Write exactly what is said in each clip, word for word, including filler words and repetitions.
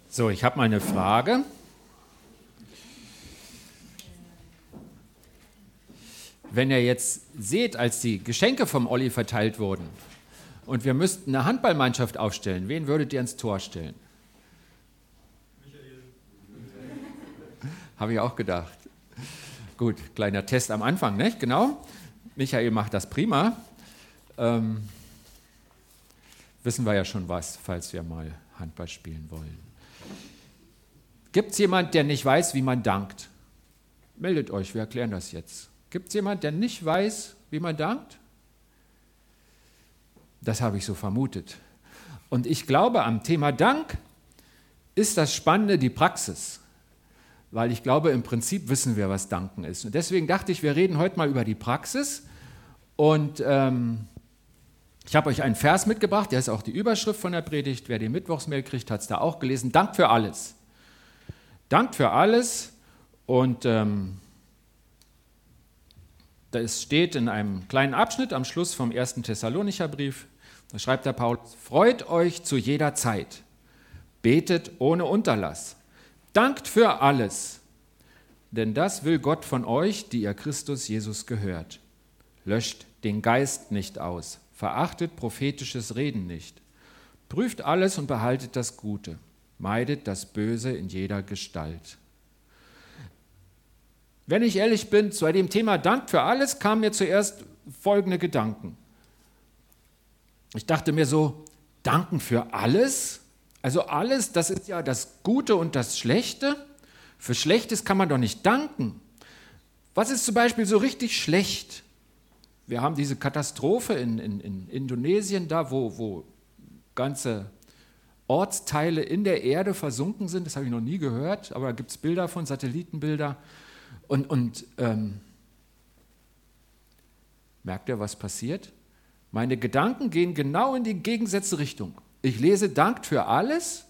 So, ich habe mal eine Frage. Wenn ihr jetzt seht, als die Geschenke vom Olli verteilt wurden und wir müssten eine Handballmannschaft aufstellen, wen würdet ihr ins Tor stellen? Michael. Habe ich auch gedacht. Gut, kleiner Test am Anfang, nicht? Genau. Michael macht das prima. Ähm, wissen wir ja schon was, falls wir mal Handball spielen wollen. Gibt es jemand, der nicht weiß, wie man dankt? Meldet euch, wir erklären das jetzt. Gibt es jemand, der nicht weiß, wie man dankt? Das habe ich so vermutet. Und ich glaube, am Thema Dank ist das Spannende die Praxis. Weil ich glaube, im Prinzip wissen wir, was Danken ist. Und deswegen dachte ich, wir reden heute mal über die Praxis. Und ähm, ich habe euch einen Vers mitgebracht, der ist auch die Überschrift von der Predigt. Wer den Mittwochsmail kriegt, hat es da auch gelesen. Dank für alles. Dank für alles. Und ähm, das steht in einem kleinen Abschnitt am Schluss vom ersten Thessalonicher Brief. Da schreibt der Paulus: Freut euch zu jeder Zeit, betet ohne Unterlass, dankt für alles, denn das will Gott von euch, die ihr Christus Jesus gehört. Löscht den Geist nicht aus, verachtet prophetisches Reden nicht, prüft alles und behaltet das Gute, meidet das Böse in jeder Gestalt. Wenn ich ehrlich bin, zu dem Thema Dank für alles kamen mir zuerst folgende Gedanken. Ich dachte mir so, danken für alles? Also alles, das ist ja das Gute und das Schlechte. Für Schlechtes kann man doch nicht danken. Was ist zum Beispiel so richtig schlecht? Wir haben diese Katastrophe in, in, in Indonesien, da wo, wo ganze Ortsteile in der Erde versunken sind. Das habe ich noch nie gehört, aber da gibt es Bilder von, Satellitenbilder. Und, und ähm, merkt ihr, was passiert? Meine Gedanken gehen genau in die gegensätzliche Richtung. Ich lese, dankt für alles,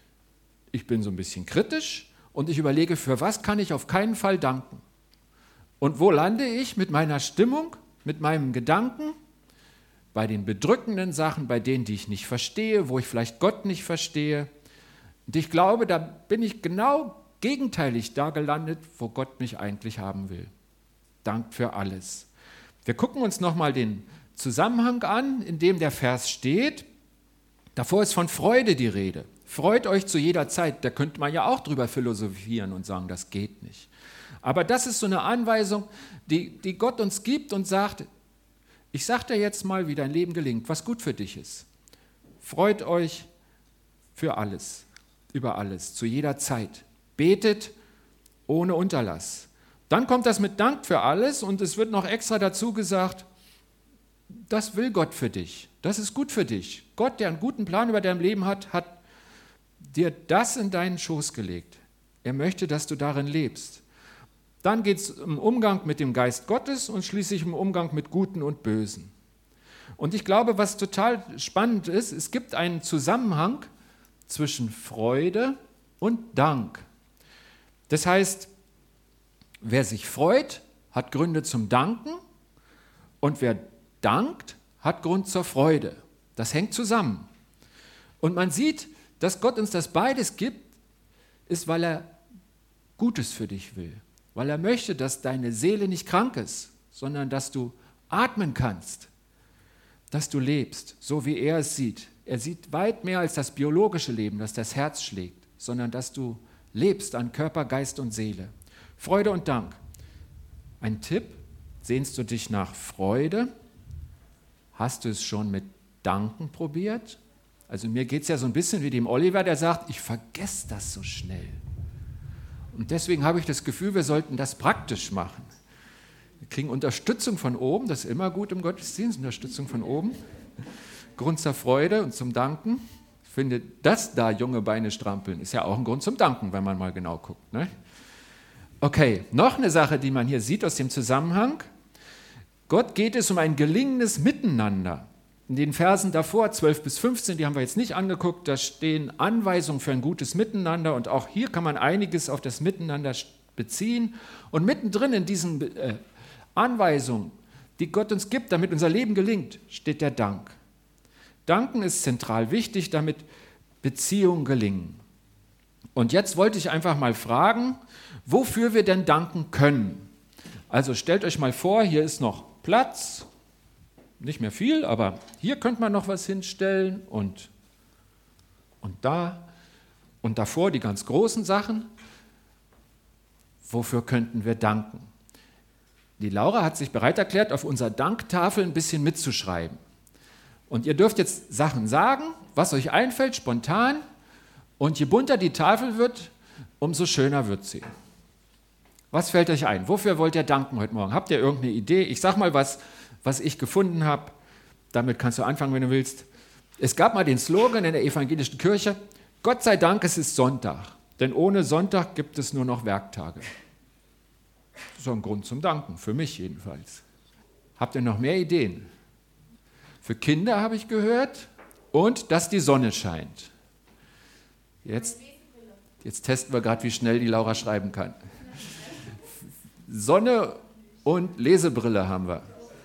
ich bin so ein bisschen kritisch und ich überlege, für was kann ich auf keinen Fall danken? Und wo lande ich mit meiner Stimmung, mit meinem Gedanken? Bei den bedrückenden Sachen, bei denen, die ich nicht verstehe, wo ich vielleicht Gott nicht verstehe. Und ich glaube, da bin ich genau gegenteilig da gelandet, wo Gott mich eigentlich haben will. Dank für alles. Wir gucken uns nochmal den Zusammenhang an, in dem der Vers steht. Davor ist von Freude die Rede. Freut euch zu jeder Zeit. Da könnte man ja auch drüber philosophieren und sagen, das geht nicht. Aber das ist so eine Anweisung, die, die Gott uns gibt und sagt, ich sage dir jetzt mal, wie dein Leben gelingt, was gut für dich ist. Freut euch für alles, über alles, zu jeder Zeit. Betet ohne Unterlass. Dann kommt das mit Dank für alles und es wird noch extra dazu gesagt, das will Gott für dich. Das ist gut für dich. Gott, der einen guten Plan über dein Leben hat, hat dir das in deinen Schoß gelegt. Er möchte, dass du darin lebst. Dann geht es um Umgang mit dem Geist Gottes und schließlich um Umgang mit Guten und Bösen. Und ich glaube, was total spannend ist, es gibt einen Zusammenhang zwischen Freude und Dank. Das heißt, wer sich freut, hat Gründe zum Danken und wer dankt, hat Grund zur Freude. Das hängt zusammen. Und man sieht, dass Gott uns das beides gibt, ist, weil er Gutes für dich will. Weil er möchte, dass deine Seele nicht krank ist, sondern dass du atmen kannst, dass du lebst, so wie er es sieht. Er sieht weit mehr als das biologische Leben, das das Herz schlägt, sondern dass du lebst an Körper, Geist und Seele. Freude und Dank. Ein Tipp, sehnst du dich nach Freude? Hast du es schon mit Danken probiert? Also mir geht es ja so ein bisschen wie dem Oliver, der sagt, ich vergesse das so schnell. Und deswegen habe ich das Gefühl, wir sollten das praktisch machen. Wir kriegen Unterstützung von oben, das ist immer gut im Gottesdienst, Unterstützung von oben. Grund zur Freude und zum Danken. Ich finde, dass da junge Beine strampeln, ist ja auch ein Grund zum Danken, wenn man mal genau guckt. Ne? Okay, noch eine Sache, die man hier sieht aus dem Zusammenhang. Gott geht es um ein gelingendes Miteinander. In den Versen davor, zwölf bis fünfzehn, die haben wir jetzt nicht angeguckt, da stehen Anweisungen für ein gutes Miteinander und auch hier kann man einiges auf das Miteinander beziehen. Und mittendrin in diesen äh, Anweisungen, die Gott uns gibt, damit unser Leben gelingt, steht der Dank. Danken ist zentral wichtig, damit Beziehungen gelingen. Und jetzt wollte ich einfach mal fragen, wofür wir denn danken können. Also stellt euch mal vor, hier ist noch Platz, nicht mehr viel, aber hier könnte man noch was hinstellen und, und da und davor die ganz großen Sachen. Wofür könnten wir danken? Die Laura hat sich bereit erklärt, auf unserer Danktafel ein bisschen mitzuschreiben. Und ihr dürft jetzt Sachen sagen, was euch einfällt, spontan. Und je bunter die Tafel wird, umso schöner wird sie. Was fällt euch ein? Wofür wollt ihr danken heute Morgen? Habt ihr irgendeine Idee? Ich sag mal was, was ich gefunden habe. Damit kannst du anfangen, wenn du willst. Es gab mal den Slogan in der evangelischen Kirche: Gott sei Dank, es ist Sonntag, denn ohne Sonntag gibt es nur noch Werktage. Das ist so ein Grund zum Danken, für mich jedenfalls. Habt ihr noch mehr Ideen? Für Kinder habe ich gehört und dass die Sonne scheint. Jetzt, jetzt testen wir gerade, wie schnell die Laura schreiben kann. Sonne und Lesebrille haben wir.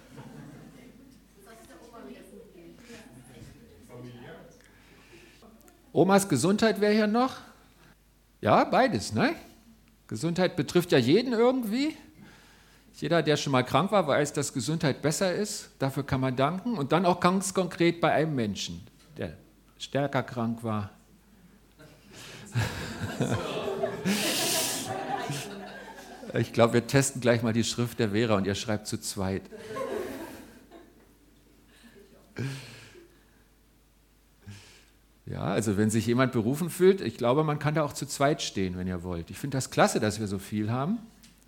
Omas Gesundheit wäre hier noch. Ja, beides, ne? Gesundheit betrifft ja jeden irgendwie. Jeder, der schon mal krank war, weiß, dass Gesundheit besser ist. Dafür kann man danken. Und dann auch ganz konkret bei einem Menschen, der stärker krank war. Ich glaube, wir testen gleich mal die Schrift der Vera und ihr schreibt zu zweit. Ja, also wenn sich jemand berufen fühlt, ich glaube, man kann da auch zu zweit stehen, wenn ihr wollt. Ich finde das klasse, dass wir so viel haben.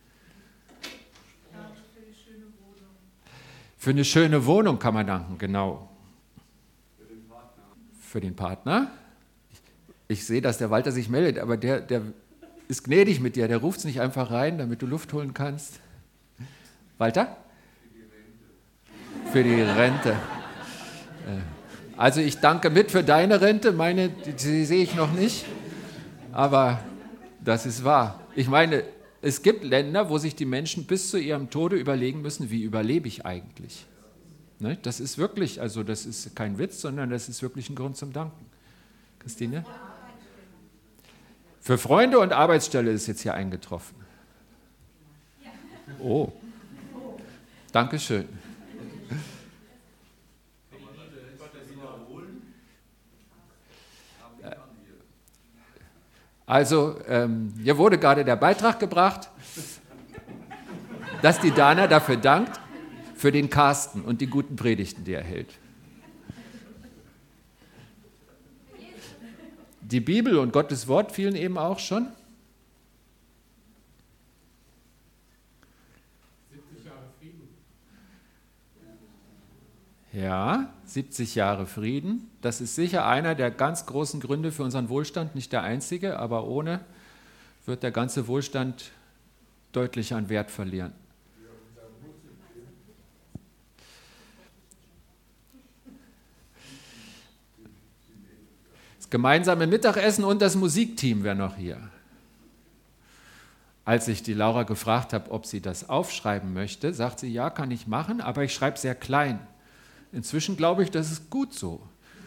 Ja, für die schöne Wohnung. Für eine schöne Wohnung kann man danken, genau. Für den Partner. Für den Partner. Ich, ich sehe, dass der Walter sich meldet, aber der, der ist gnädig mit dir. Der ruft es nicht einfach rein, damit du Luft holen kannst. Walter? Für die Rente. Für die Rente. Also ich danke mit für deine Rente, meine, die, die sehe ich noch nicht, aber das ist wahr. Ich meine, es gibt Länder, wo sich die Menschen bis zu ihrem Tode überlegen müssen, wie überlebe ich eigentlich? Ne? Das ist wirklich, also das ist kein Witz, sondern das ist wirklich ein Grund zum Danken. Christine? Für Freunde und Arbeitsstelle ist jetzt hier eingetroffen. Oh, Dankeschön. Also, ähm, hier wurde gerade der Beitrag gebracht, dass die Dana dafür dankt, für den Carsten und die guten Predigten, die er hält. Die Bibel und Gottes Wort fielen eben auch schon. siebzig Jahre Frieden. Ja, siebzig Jahre Frieden. Das ist sicher einer der ganz großen Gründe für unseren Wohlstand, nicht der einzige, aber ohne wird der ganze Wohlstand deutlich an Wert verlieren. Das gemeinsame Mittagessen und das Musikteam wäre noch hier. Als ich die Laura gefragt habe, ob sie das aufschreiben möchte, sagt sie, ja, kann ich machen, aber ich schreibe sehr klein. Inzwischen glaube ich, das ist gut so.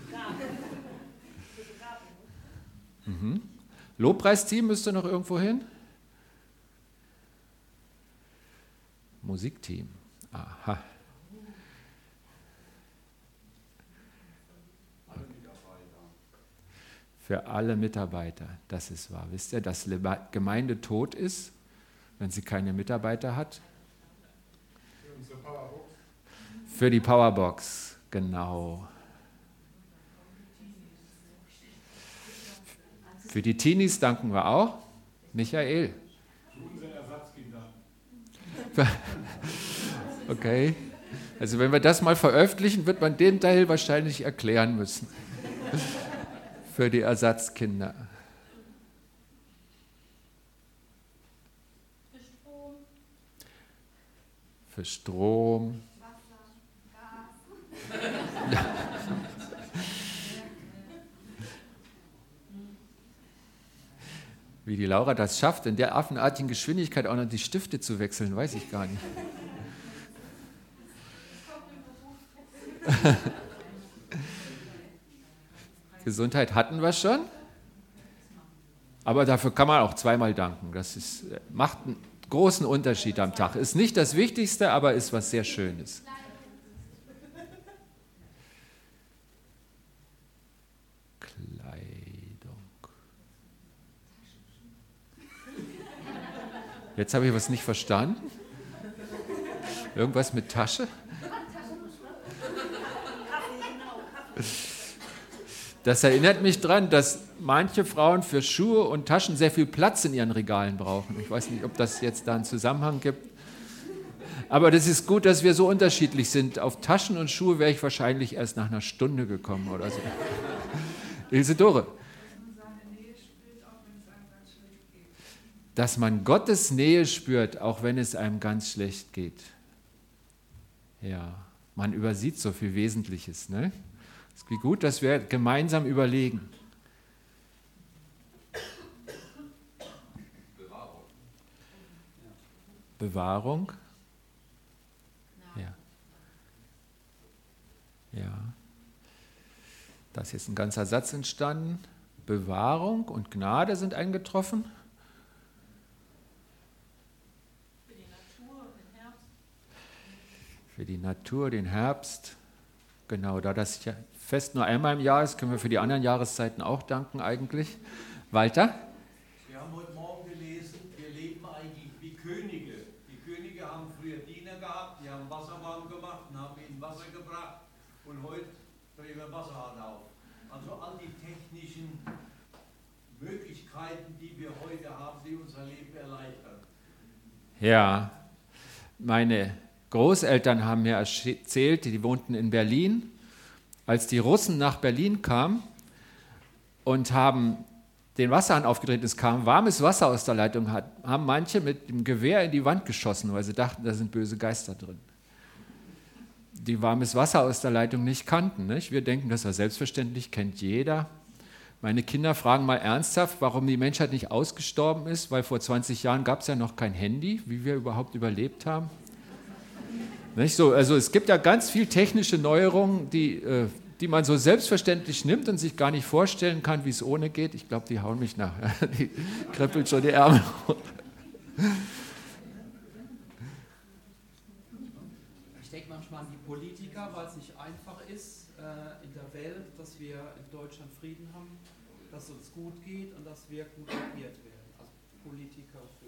Mhm. Lobpreisteam müsste noch irgendwo hin. Musikteam. Aha. Für alle Mitarbeiter, das ist wahr. Wisst ihr, dass Gemeinde tot ist, wenn sie keine Mitarbeiter hat? Für unsere Powerbox. Für die Powerbox, genau. Für die Teenies danken wir auch. Michael. Für unsere Ersatzkinder. Okay. Also wenn wir das mal veröffentlichen, wird man den Teil wahrscheinlich erklären müssen. Für die Ersatzkinder. Für Strom. Für Strom. Wasser, Gas. Wie die Laura das schafft, in der affenartigen Geschwindigkeit auch noch die Stifte zu wechseln, weiß ich gar nicht. Gesundheit hatten wir schon. Aber dafür kann man auch zweimal danken. Das ist, macht einen großen Unterschied am Tag. Ist nicht das Wichtigste, aber ist was sehr Schönes. Kleidung. Jetzt habe ich was nicht verstanden. Irgendwas mit Tasche? Das erinnert mich daran, dass manche Frauen für Schuhe und Taschen sehr viel Platz in ihren Regalen brauchen. Ich weiß nicht, ob das jetzt da einen Zusammenhang gibt. Aber das ist gut, dass wir so unterschiedlich sind. Auf Taschen und Schuhe wäre ich wahrscheinlich erst nach einer Stunde gekommen oder so. Ilse-Dore. Dass man Gottes Nähe spürt, auch wenn es einem ganz schlecht geht. Ja, man übersieht so viel Wesentliches, ne? Es ist gut, dass wir gemeinsam überlegen. Bewahrung. Bewahrung? Ja. Ja. Da ist jetzt ein ganzer Satz entstanden. Bewahrung und Gnade sind eingetroffen. Für die Natur, den Herbst. Für die Natur, den Herbst. Genau, da das Fest nur einmal im Jahr ist, können wir für die anderen Jahreszeiten auch danken eigentlich. Walter? Wir haben heute Morgen gelesen, wir leben eigentlich wie Könige. Die Könige haben früher Diener gehabt, die haben Wasser warm gemacht und haben ihnen Wasser gebracht. Und heute drehen wir Wasserhahn auf. Also all die technischen Möglichkeiten, die wir heute haben, die unser Leben erleichtern. Ja, meine Großeltern haben mir erzählt, die wohnten in Berlin. Als die Russen nach Berlin kamen und haben den Wasserhahn aufgedreht, es kam warmes Wasser aus der Leitung, haben manche mit dem Gewehr in die Wand geschossen, weil sie dachten, da sind böse Geister drin. Die warmes Wasser aus der Leitung nicht kannten. Nicht? Wir denken, das war selbstverständlich, kennt jeder. Meine Kinder fragen mal ernsthaft, warum die Menschheit nicht ausgestorben ist, weil vor zwanzig Jahren gab es ja noch kein Handy, wie wir überhaupt überlebt haben. Nicht so, also es gibt ja ganz viel technische Neuerungen, die, äh, die man so selbstverständlich nimmt und sich gar nicht vorstellen kann, wie es ohne geht. Ich glaube, die hauen mich nach. Die kribbelt schon die Ärmel hoch. Ich denke manchmal an die Politiker, weil es nicht einfach ist äh, in der Welt, dass wir in Deutschland Frieden haben, dass es uns gut geht und dass wir gut regiert werden. Also Politiker für.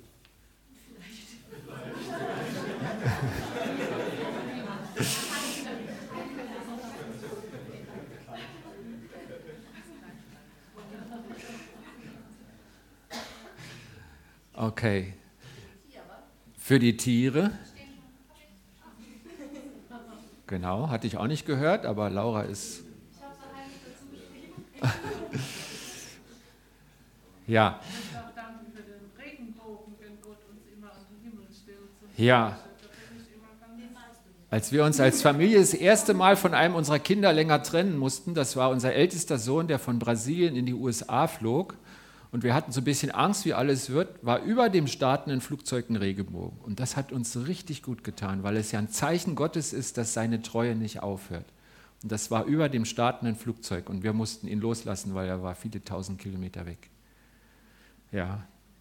Okay. Für die Tiere. Genau, hatte ich auch nicht gehört, aber Laura ist. Ja. Ich möchte auch danken für den Regenbogen, den Gott uns immer an den Himmel stellt. Ja. Als wir uns als Familie das erste Mal von einem unserer Kinder länger trennen mussten, das war unser ältester Sohn, der von Brasilien in die U S A flog, und wir hatten so ein bisschen Angst, wie alles wird, war über dem startenden Flugzeug ein Regenbogen. Und das hat uns richtig gut getan, weil es ja ein Zeichen Gottes ist, dass seine Treue nicht aufhört. Und das war über dem startenden Flugzeug und wir mussten ihn loslassen, weil er war viele tausend Kilometer weg. Ja.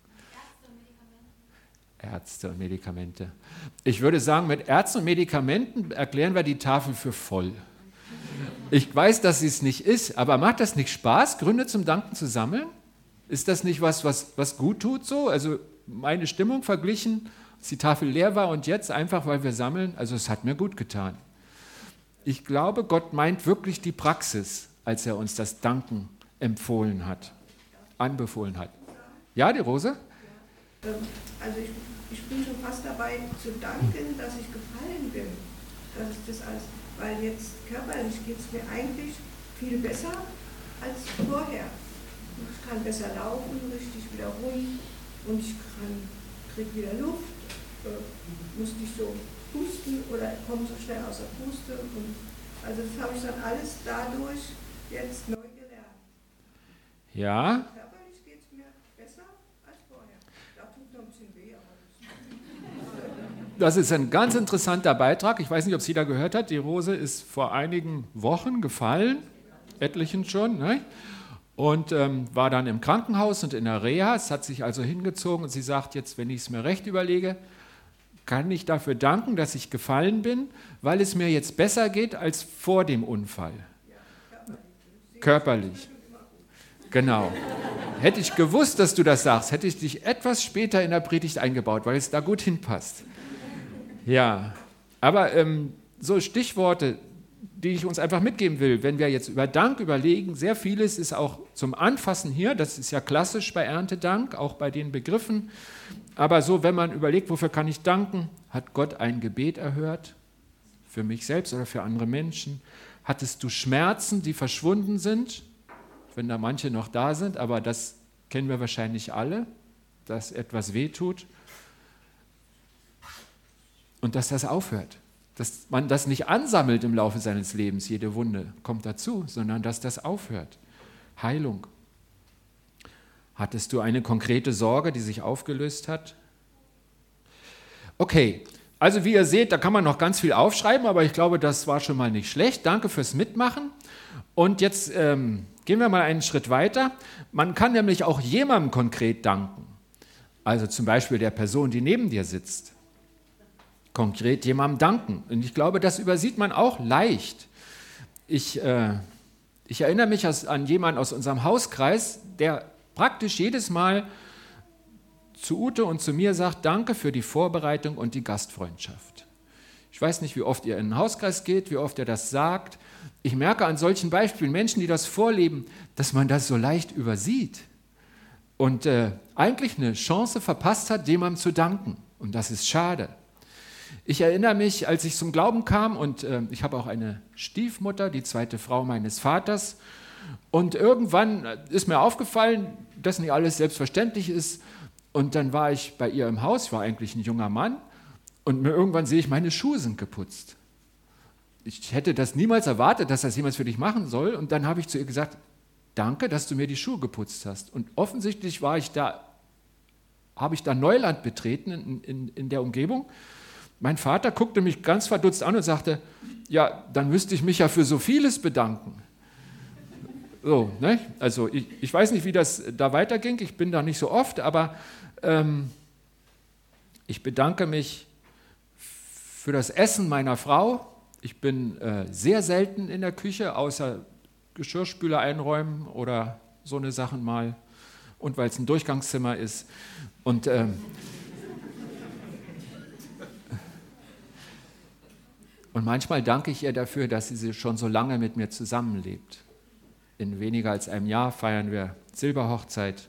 Ärzte und Medikamente. Ich würde sagen, mit Ärzten und Medikamenten erklären wir die Tafel für voll. Ich weiß, dass sie es nicht ist, aber macht das nicht Spaß, Gründe zum Danken zu sammeln? Ist das nicht was, was, was gut tut so? Also meine Stimmung verglichen, als die Tafel leer war und jetzt einfach, weil wir sammeln, also es hat mir gut getan. Ich glaube, Gott meint wirklich die Praxis, als er uns das Danken empfohlen hat, anbefohlen hat. Ja, die Rose? Also ich, ich bin schon fast dabei zu danken, dass ich gefallen bin. Dass ich das alles, weil jetzt körperlich geht es mir eigentlich viel besser als vorher. Ich kann besser laufen, richtig wieder ruhig und ich kann, krieg wieder Luft, äh, muss nicht so pusten oder komme so schnell aus der Puste. Und, also das habe ich dann alles dadurch jetzt neu gelernt. Ja. Körperlich geht es mir besser als vorher. Da tut noch ein bisschen weh, aber Das ist ein ganz interessanter Beitrag. Ich weiß nicht, ob es jeder gehört hat. Die Rose ist vor einigen Wochen gefallen, etlichen schon, ne? und ähm, war dann im Krankenhaus und in der Reha. Es hat sich also hingezogen und sie sagt jetzt, wenn ich es mir recht überlege, kann ich dafür danken, dass ich gefallen bin, weil es mir jetzt besser geht als vor dem Unfall. Körperlich. Genau. Hätte ich gewusst, dass du das sagst, hätte ich dich etwas später in der Predigt eingebaut, weil es da gut hinpasst. Ja, aber ähm, so Stichworte, die ich uns einfach mitgeben will, wenn wir jetzt über Dank überlegen, sehr vieles ist auch zum Anfassen hier, das ist ja klassisch bei Erntedank, auch bei den Begriffen, aber so, wenn man überlegt, wofür kann ich danken, hat Gott ein Gebet erhört, für mich selbst oder für andere Menschen, hattest du Schmerzen, die verschwunden sind, wenn da manche noch da sind, aber das kennen wir wahrscheinlich alle, dass etwas wehtut und dass das aufhört. Dass man das nicht ansammelt im Laufe seines Lebens, jede Wunde kommt dazu, sondern dass das aufhört. Heilung. Hattest du eine konkrete Sorge, die sich aufgelöst hat? Okay, also wie ihr seht, da kann man noch ganz viel aufschreiben, aber ich glaube, das war schon mal nicht schlecht. Danke fürs Mitmachen. Und jetzt ähm, gehen wir mal einen Schritt weiter. Man kann nämlich auch jemandem konkret danken. Also zum Beispiel der Person, die neben dir sitzt. Konkret jemandem danken. Und ich glaube, das übersieht man auch leicht. Ich, äh, ich erinnere mich an jemanden aus unserem Hauskreis, der praktisch jedes Mal zu Ute und zu mir sagt, danke für die Vorbereitung und die Gastfreundschaft. Ich weiß nicht, wie oft ihr in den Hauskreis geht, wie oft ihr das sagt. Ich merke an solchen Beispielen, Menschen, die das vorleben, dass man das so leicht übersieht und äh, eigentlich eine Chance verpasst hat, jemandem zu danken. Und das ist schade. Ich erinnere mich, als ich zum Glauben kam und äh, ich habe auch eine Stiefmutter, die zweite Frau meines Vaters, und irgendwann ist mir aufgefallen, dass nicht alles selbstverständlich ist. Und dann war ich bei ihr im Haus, ich war eigentlich ein junger Mann, und mir irgendwann sehe ich, meine Schuhe sind geputzt. Ich hätte das niemals erwartet, dass das jemand für dich machen soll. Und dann habe ich zu ihr gesagt, danke, dass du mir die Schuhe geputzt hast. Und offensichtlich war ich da, habe ich da Neuland betreten in, in, in der Umgebung. Mein Vater guckte mich ganz verdutzt an und sagte, ja, dann müsste ich mich ja für so vieles bedanken. So, ne? Also ich, ich weiß nicht, wie das da weiterging, ich bin da nicht so oft, aber ähm, ich bedanke mich für das Essen meiner Frau. Ich bin äh, sehr selten in der Küche, außer Geschirrspüler einräumen oder so eine Sachen mal, und weil es ein Durchgangszimmer ist. Und ähm, Und manchmal danke ich ihr dafür, dass sie schon so lange mit mir zusammenlebt. In weniger als einem Jahr feiern wir Silberhochzeit.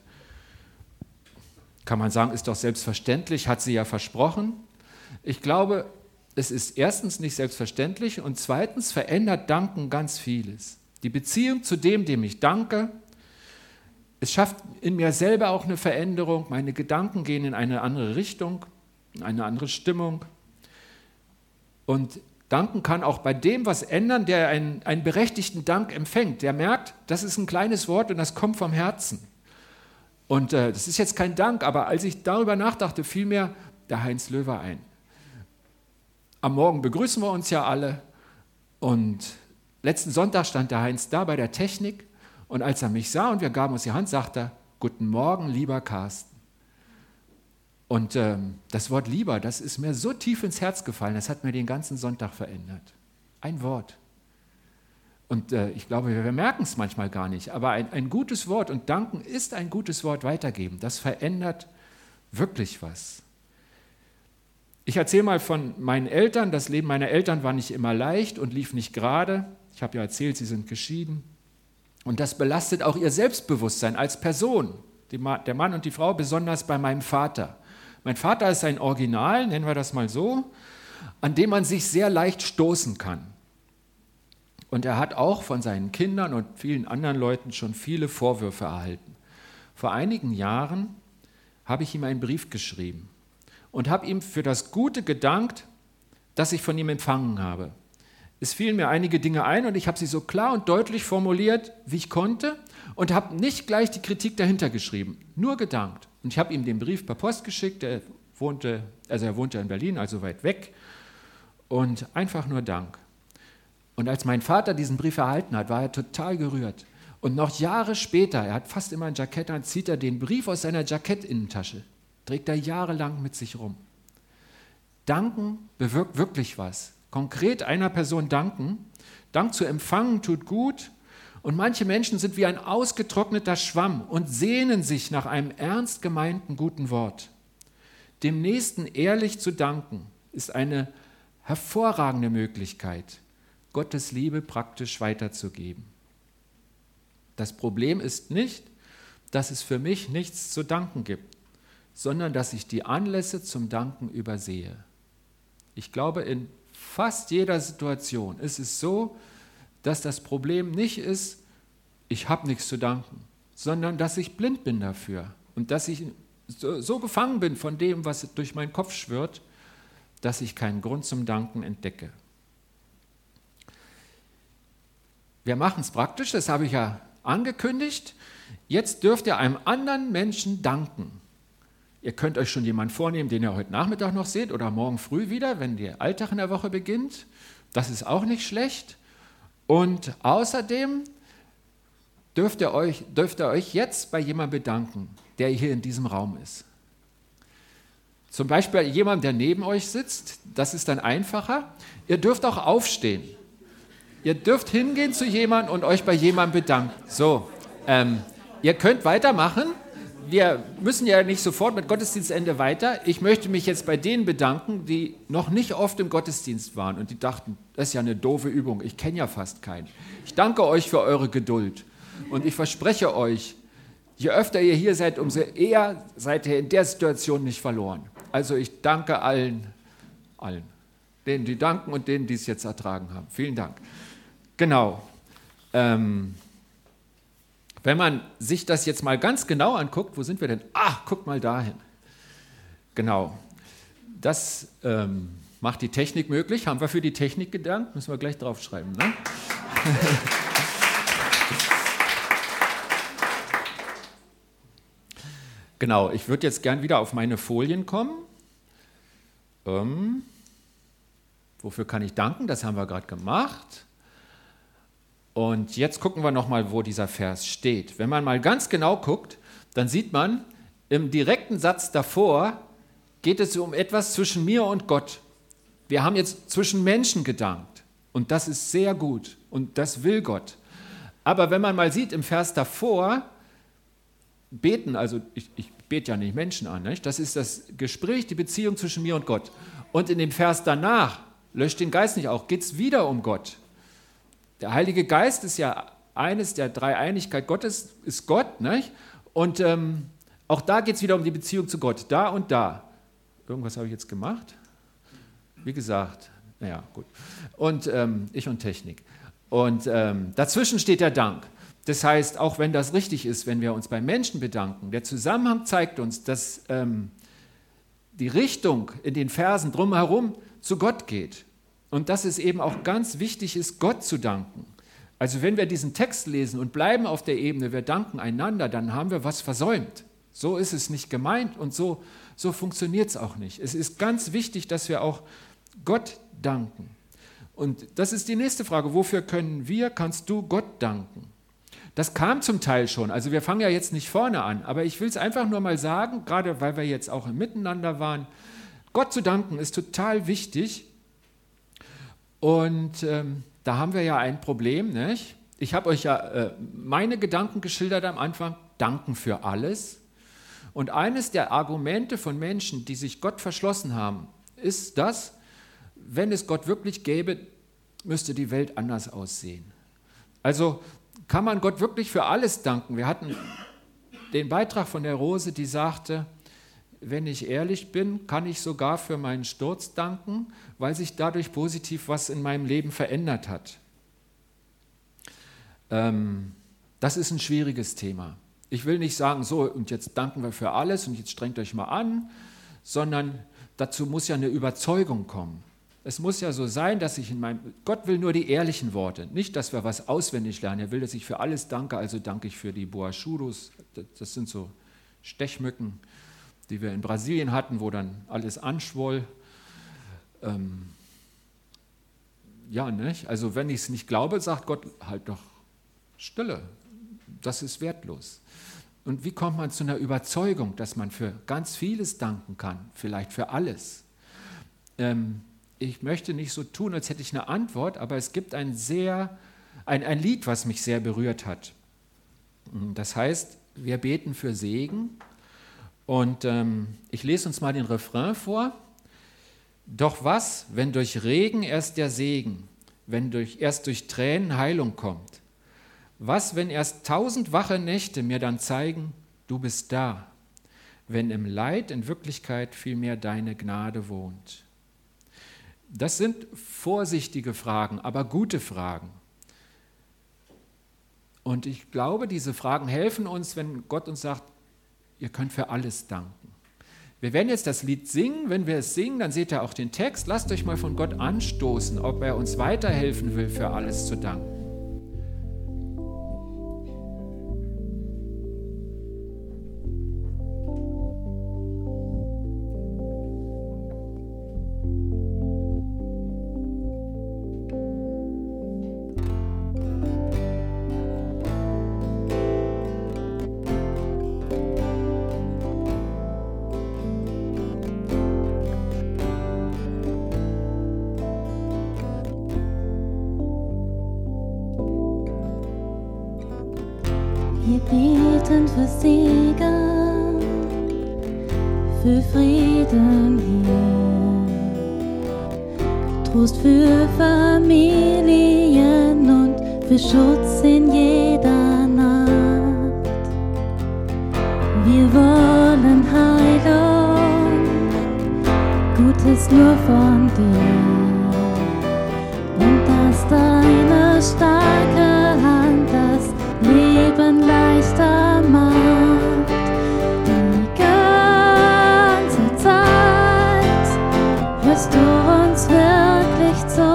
Kann man sagen, ist doch selbstverständlich, hat sie ja versprochen. Ich glaube, es ist erstens nicht selbstverständlich und zweitens verändert Danken ganz vieles. Die Beziehung zu dem, dem ich danke, es schafft in mir selber auch eine Veränderung. Meine Gedanken gehen in eine andere Richtung, in eine andere Stimmung. Und Danken kann auch bei dem was ändern, der einen, einen berechtigten Dank empfängt. Der merkt, das ist ein kleines Wort und das kommt vom Herzen. Und äh, das ist jetzt kein Dank, aber als ich darüber nachdachte, fiel mir der Heinz Löwer ein. Am Morgen begrüßen wir uns ja alle und letzten Sonntag stand der Heinz da bei der Technik und als er mich sah und wir gaben uns die Hand, sagte er, guten Morgen, lieber Carsten. Und ähm, das Wort lieber, das ist mir so tief ins Herz gefallen, das hat mir den ganzen Sonntag verändert. Ein Wort. Und äh, ich glaube, wir, wir merken es manchmal gar nicht, aber ein, ein gutes Wort und danken ist ein gutes Wort weitergeben. Das verändert wirklich was. Ich erzähle mal von meinen Eltern. Das Leben meiner Eltern war nicht immer leicht und lief nicht gerade. Ich habe ja erzählt, sie sind geschieden. Und das belastet auch ihr Selbstbewusstsein als Person. Die, der Mann und die Frau, besonders bei meinem Vater. Mein Vater ist ein Original, nennen wir das mal so, an dem man sich sehr leicht stoßen kann. Und er hat auch von seinen Kindern und vielen anderen Leuten schon viele Vorwürfe erhalten. Vor einigen Jahren habe ich ihm einen Brief geschrieben und habe ihm für das Gute gedankt, das ich von ihm empfangen habe. Es fielen mir einige Dinge ein und ich habe sie so klar und deutlich formuliert, wie ich konnte und habe nicht gleich die Kritik dahinter geschrieben, nur gedankt. Und ich habe ihm den Brief per Post geschickt, er wohnte, also er wohnte in Berlin, also weit weg, und einfach nur Dank. Und als mein Vater diesen Brief erhalten hat, war er total gerührt Und noch Jahre später, er hat fast immer ein Jackett an, zieht er den Brief aus seiner Jackettinnentasche, trägt er jahrelang mit sich rum. Danken bewirkt wirklich was. Konkret einer Person danken. Dank zu empfangen tut gut. Und manche Menschen sind wie ein ausgetrockneter Schwamm und sehnen sich nach einem ernst gemeinten guten Wort. Dem Nächsten ehrlich zu danken, ist eine hervorragende Möglichkeit, Gottes Liebe praktisch weiterzugeben. Das Problem ist nicht, dass es für mich nichts zu danken gibt, sondern dass ich die Anlässe zum Danken übersehe. Ich glaube, in fast jeder Situation ist es so, dass das Problem nicht ist, ich habe nichts zu danken, sondern dass ich blind bin dafür und dass ich so, so gefangen bin von dem, was durch meinen Kopf schwirrt, dass ich keinen Grund zum Danken entdecke. Wir machen es praktisch, das habe ich ja angekündigt. Jetzt dürft ihr einem anderen Menschen danken. Ihr könnt euch schon jemanden vornehmen, den ihr heute Nachmittag noch seht oder morgen früh wieder, wenn der Alltag in der Woche beginnt. Das ist auch nicht schlecht. Und außerdem dürft ihr euch, dürft ihr euch jetzt bei jemandem bedanken, der hier in diesem Raum ist. Zum Beispiel jemand, der neben euch sitzt, das ist dann einfacher. Ihr dürft auch aufstehen. Ihr dürft hingehen zu jemandem und euch bei jemandem bedanken. So, ähm, ihr könnt weitermachen. Wir müssen ja nicht sofort mit Gottesdienstende weiter. Ich möchte mich jetzt bei denen bedanken, die noch nicht oft im Gottesdienst waren und die dachten, das ist ja eine doofe Übung, ich kenne ja fast keinen. Ich danke euch für eure Geduld und ich verspreche euch, je öfter ihr hier seid, umso eher seid ihr in der Situation nicht verloren. Also ich danke allen, allen, denen, die danken und denen, die es jetzt ertragen haben. Vielen Dank. Genau. Ähm, wenn man sich das jetzt mal ganz genau anguckt, wo sind wir denn? Ah, guckt mal dahin. Genau. Das ähm, macht die Technik möglich. Haben wir für die Technik gedankt? Müssen wir gleich draufschreiben, ne? Genau, ich würde jetzt gern wieder auf meine Folien kommen. Ähm, wofür kann ich danken? Das haben wir gerade gemacht. Und jetzt gucken wir nochmal, wo dieser Vers steht. Wenn man mal ganz genau guckt, dann sieht man, im direkten Satz davor geht es um etwas zwischen mir und Gott. Wir haben jetzt zwischen Menschen gedankt und das ist sehr gut und das will Gott. Aber wenn man mal sieht, im Vers davor, beten, also ich, ich bete ja nicht Menschen an, nicht? Das ist das Gespräch, die Beziehung zwischen mir und Gott. Und in dem Vers danach, löscht den Geist nicht auch, geht es wieder um Gott. Der Heilige Geist ist ja eines der Dreieinigkeit Gottes, ist Gott, nicht? Und ähm, auch da geht es wieder um die Beziehung zu Gott, da und da. Irgendwas habe ich jetzt gemacht? Wie gesagt, naja, gut. Und ähm, ich und Technik. Und ähm, dazwischen steht der Dank. Das heißt, auch wenn das richtig ist, wenn wir uns bei Menschen bedanken, der Zusammenhang zeigt uns, dass ähm, die Richtung in den Versen drumherum zu Gott geht. Und dass es eben auch ganz wichtig ist, Gott zu danken. Also wenn wir diesen Text lesen und bleiben auf der Ebene, wir danken einander, dann haben wir was versäumt. So ist es nicht gemeint und so, so funktioniert es auch nicht. Es ist ganz wichtig, dass wir auch Gott danken. Und das ist die nächste Frage, wofür können wir, kannst du Gott danken? Das kam zum Teil schon, also wir fangen ja jetzt nicht vorne an, aber ich will es einfach nur mal sagen, gerade weil wir jetzt auch im Miteinander waren, Gott zu danken ist total wichtig. Und ähm, da haben wir ja ein Problem, nicht? Ich habe euch ja äh, meine Gedanken geschildert am Anfang, danken für alles. Und eines der Argumente von Menschen, die sich Gott verschlossen haben, ist das, wenn es Gott wirklich gäbe, müsste die Welt anders aussehen. Also kann man Gott wirklich für alles danken? Wir hatten den Beitrag von der Rose, die sagte, wenn ich ehrlich bin, kann ich sogar für meinen Sturz danken, weil sich dadurch positiv was in meinem Leben verändert hat. Ähm, das ist ein schwieriges Thema. Ich will nicht sagen, so und jetzt danken wir für alles und jetzt strengt euch mal an, sondern dazu muss ja eine Überzeugung kommen. Es muss ja so sein, dass ich in meinem, Gott will nur die ehrlichen Worte, nicht, dass wir was auswendig lernen. Er will, dass ich für alles danke, also danke ich für die Boachurus, das sind so Stechmücken, die wir in Brasilien hatten, wo dann alles anschwoll. Ähm, ja, nicht? Also wenn ich es nicht glaube, sagt Gott, halt doch Stille. das ist wertlos. Und wie kommt man zu einer Überzeugung, dass man für ganz vieles danken kann, vielleicht für alles? Ähm, ich möchte nicht so tun, als hätte ich eine Antwort, aber es gibt ein, sehr, ein, ein Lied, was mich sehr berührt hat. Das heißt, wir beten für Segen und ähm, ich lese uns mal den Refrain vor. Doch was, wenn durch Regen erst der Segen, wenn durch, erst durch Tränen Heilung kommt? Was, wenn erst tausend wache Nächte mir dann zeigen, du bist da, wenn im Leid in Wirklichkeit vielmehr deine Gnade wohnt? Das sind vorsichtige Fragen, aber gute Fragen. Und ich glaube, diese Fragen helfen uns, wenn Gott uns sagt, ihr könnt für alles danken. Wir werden jetzt das Lied singen. Wenn wir es singen, dann seht ihr auch den Text. Lasst euch mal von Gott anstoßen, ob er uns weiterhelfen will, für alles zu danken. Wir beten für Segen, für Frieden hier, Trost für Familien und für Schutz in jeder Nacht. Wir wollen Heilung, Gutes nur von dir und dass deine starke Hand das Leben leichter macht. Die ganze Zeit hörst du uns wirklich zu,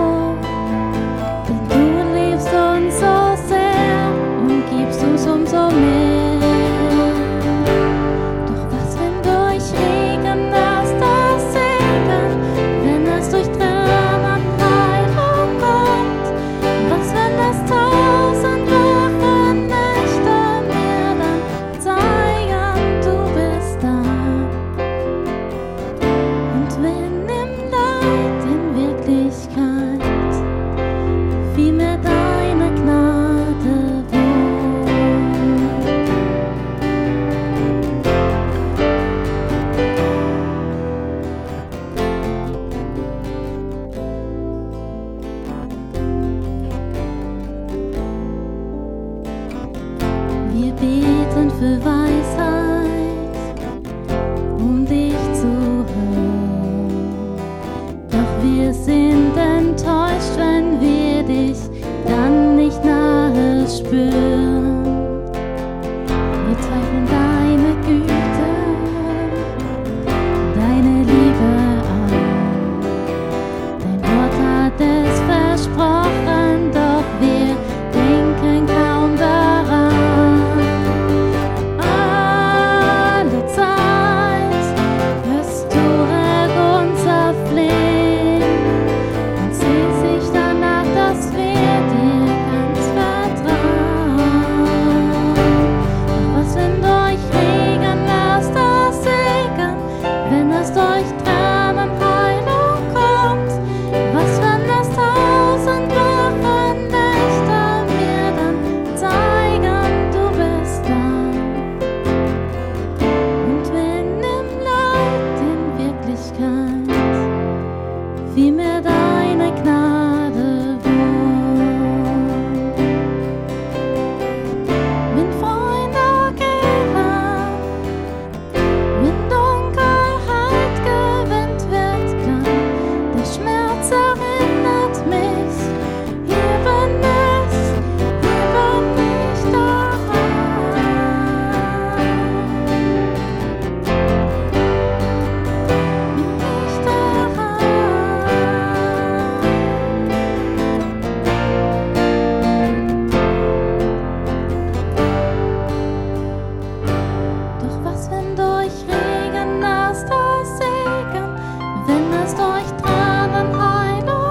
denn du liebst uns so sehr und gibst uns umso mehr. Doch was, wenn durch Regen erst das Segen, wenn es durch Tränen Heilung kommt? Was, wenn es tausend für Weisheit, um dich zu hören. Doch wir sind enttäuscht, wenn wir dich dann nicht nahe spüren. Wir zweifeln deine Güte, deine Liebe an. Dein Wort hat es versprochen, doch wir denken kaum daran.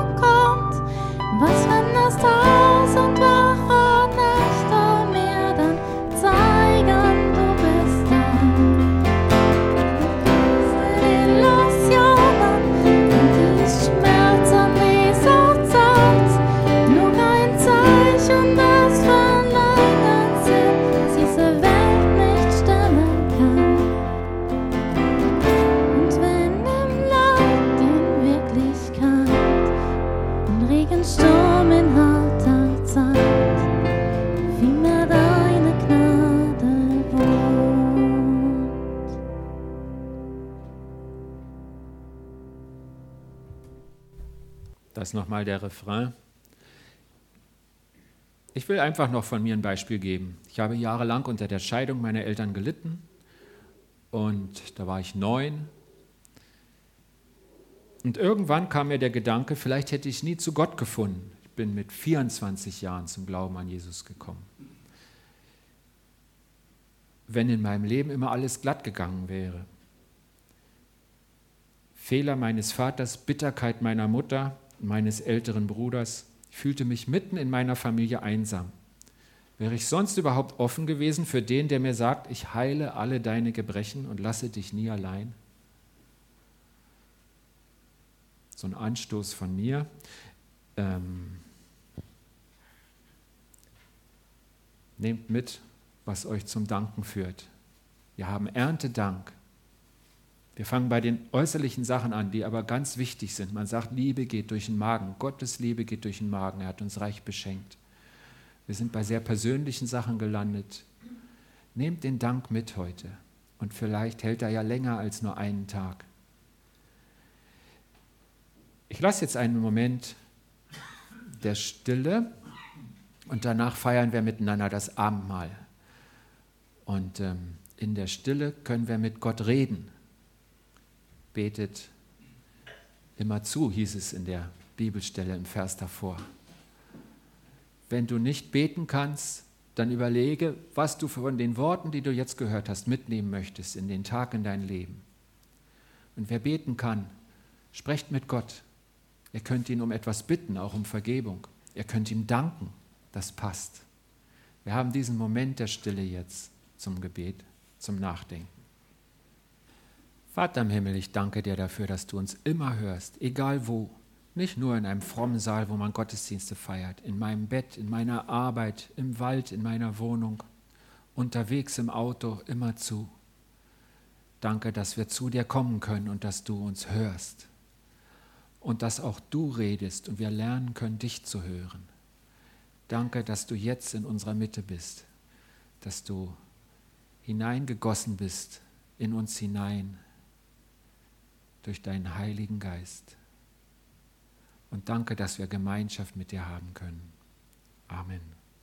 Was, wenn es tausend Wochen Nächte mir dann Das ist nochmal der Refrain. Ich will einfach noch von mir ein Beispiel geben. Ich habe jahrelang unter der Scheidung meiner Eltern gelitten und da war ich neun. Und irgendwann kam mir der Gedanke, vielleicht hätte ich nie zu Gott gefunden. Ich bin mit vierundzwanzig Jahren zum Glauben an Jesus gekommen. Wenn in meinem Leben immer alles glatt gegangen wäre. Fehler meines Vaters, Bitterkeit meiner Mutter, meines älteren Bruders. Ich fühlte mich mitten in meiner Familie einsam. Wäre ich sonst überhaupt offen gewesen für den, der mir sagt, ich heile alle deine Gebrechen und lasse dich nie allein? So ein Anstoß von mir. Ähm, nehmt mit, was euch zum Danken führt. Wir haben Erntedank. Wir fangen bei den äußerlichen Sachen an, die aber ganz wichtig sind. Man sagt, Liebe geht durch den Magen. Gottes Liebe geht durch den Magen. Er hat uns reich beschenkt. Wir sind bei sehr persönlichen Sachen gelandet. Nehmt den Dank mit heute. Und vielleicht hält er ja länger als nur einen Tag. Ich lasse jetzt einen Moment der Stille und danach feiern wir miteinander das Abendmahl. Und ähm, in der Stille können wir mit Gott reden. Betet immer zu, hieß es in der Bibelstelle im Vers davor. Wenn du nicht beten kannst, dann überlege, was du von den Worten, die du jetzt gehört hast, mitnehmen möchtest in den Tag in dein Leben. Und wer beten kann, sprecht mit Gott. Ihr könnt ihn um etwas bitten, auch um Vergebung. Ihr könnt ihm danken, das passt. Wir haben diesen Moment der Stille jetzt zum Gebet, zum Nachdenken. Vater im Himmel, ich danke dir dafür, dass du uns immer hörst, egal wo. Nicht nur in einem frommen Saal, wo man Gottesdienste feiert, in meinem Bett, in meiner Arbeit, im Wald, in meiner Wohnung, unterwegs im Auto, immer zu. Danke, dass wir zu dir kommen können und dass du uns hörst. Und dass auch du redest und wir lernen können, dich zu hören. Danke, dass du jetzt in unserer Mitte bist, dass du hineingegossen bist in uns hinein durch deinen Heiligen Geist. Und danke, dass wir Gemeinschaft mit dir haben können. Amen.